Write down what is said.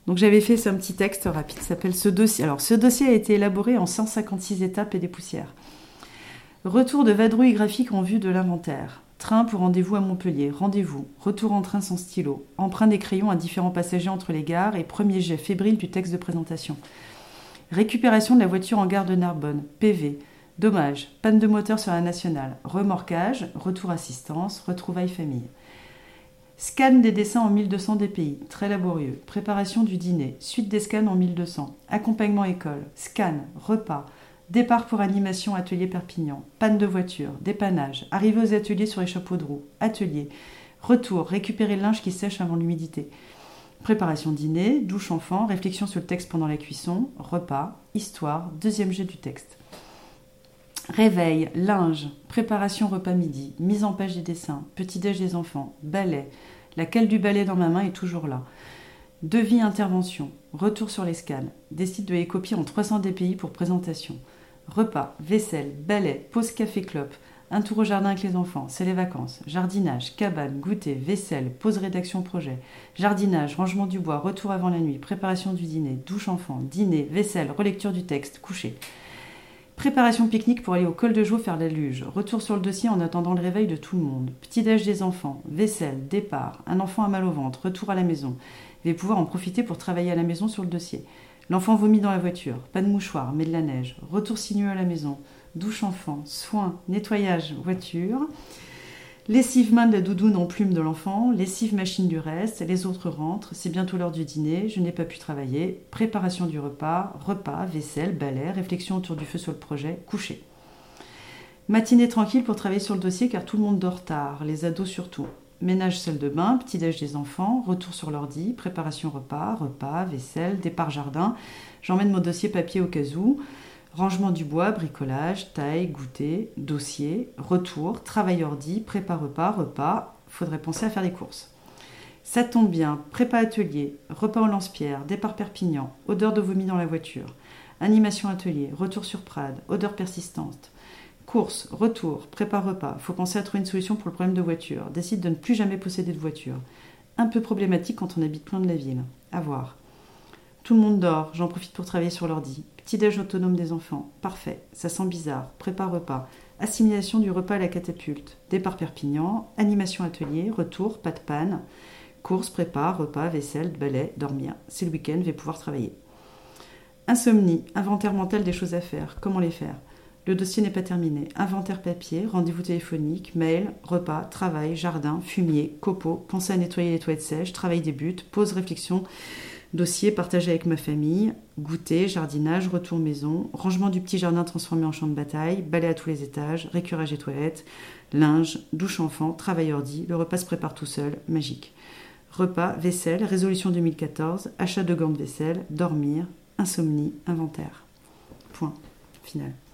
Donc j'avais fait un petit texte rapide qui s'appelle ce dossier. Alors ce dossier a été élaboré en 156 étapes et des poussières. Retour de vadrouille graphique en vue de l'inventaire. Train pour rendez-vous à Montpellier. Rendez-vous. Retour en train sans stylo. Emprunt des crayons à différents passagers entre les gares et premier jet fébrile du texte de présentation. Récupération de la voiture en gare de Narbonne. PV. Dommage. Panne de moteur sur la nationale. Remorquage. Retour assistance. Retrouvailles famille. Scan des dessins en 1200 DPI, très laborieux. Préparation du dîner, suite des scans en 1200. Accompagnement école, scan, repas. Départ pour animation atelier Perpignan. Panne de voiture, dépannage. Arrivée aux ateliers sur les chapeaux de roue. Atelier. Retour, récupérer le linge qui sèche avant l'humidité. Préparation dîner, douche enfant, réflexion sur le texte pendant la cuisson. Repas, histoire, deuxième jet du texte. Réveil, linge, préparation repas midi, mise en page des dessins, petit-déj des enfants, balai. La cale du balai dans ma main est toujours là. Devis intervention, retour sur les scans. Décide de les copier en 300 DPI pour présentation. Repas, vaisselle, balai, pause café-clope, un tour au jardin avec les enfants, c'est les vacances. Jardinage, cabane, goûter, vaisselle, pause rédaction projet. Jardinage, rangement du bois, retour avant la nuit, préparation du dîner, douche enfant, dîner, vaisselle, relecture du texte, coucher. Préparation pique-nique pour aller au col de Joux faire la luge. Retour sur le dossier en attendant le réveil de tout le monde. Petit-déj des enfants. Vaisselle, départ. Un enfant a mal au ventre. Retour à la maison. Il va pouvoir en profiter pour travailler à la maison sur le dossier. L'enfant vomit dans la voiture. Pas de mouchoir, mais de la neige. Retour sinueux à la maison. Douche enfant. Soins. Nettoyage voiture. Lessive main de la doudoune en plume de l'enfant, lessive machine du reste, les autres rentrent, c'est bientôt l'heure du dîner, je n'ai pas pu travailler, préparation du repas, vaisselle, balai, réflexion autour du feu sur le projet, coucher. Matinée tranquille pour travailler sur le dossier car tout le monde dort tard, les ados surtout. Ménage salle de bain, petit-déj des enfants, retour sur l'ordi, préparation repas, vaisselle, départ jardin, j'emmène mon dossier papier au cas où. Rangement du bois, bricolage, taille, goûter, dossier, retour, travail ordi, prépa repas, faudrait penser à faire des courses. Ça tombe bien, prépa atelier, repas au lance-pierre, départ Perpignan, odeur de vomi dans la voiture, animation atelier, retour sur Prades, odeur persistante. Course, retour, prépa repas, faut penser à trouver une solution pour le problème de voiture, décide de ne plus jamais posséder de voiture. Un peu problématique quand on habite loin de la ville, à voir. Tout le monde dort, j'en profite pour travailler sur l'ordi. Petit-déj autonome des enfants, parfait, ça sent bizarre, prépa repas, assimilation du repas à la catapulte, départ Perpignan, animation atelier, retour, pas de panne, course, prépa, repas, vaisselle, balai, dormir, c'est le week-end, vais pouvoir travailler. Insomnie, inventaire mental des choses à faire, comment les faire? Le dossier n'est pas terminé, inventaire papier, rendez-vous téléphonique, mail, repas, travail, jardin, fumier, copeaux, penser à nettoyer les toilettes sèches, travail débute, pause, réflexion, dossier partagé avec ma famille, goûter, jardinage, retour maison, rangement du petit jardin transformé en champ de bataille, balai à tous les étages, récurage des toilettes, linge, douche enfant, travail ordi, le repas se prépare tout seul, magique. Repas, vaisselle, résolution 2014, achat de gants de vaisselle, dormir, insomnie, inventaire. Point final.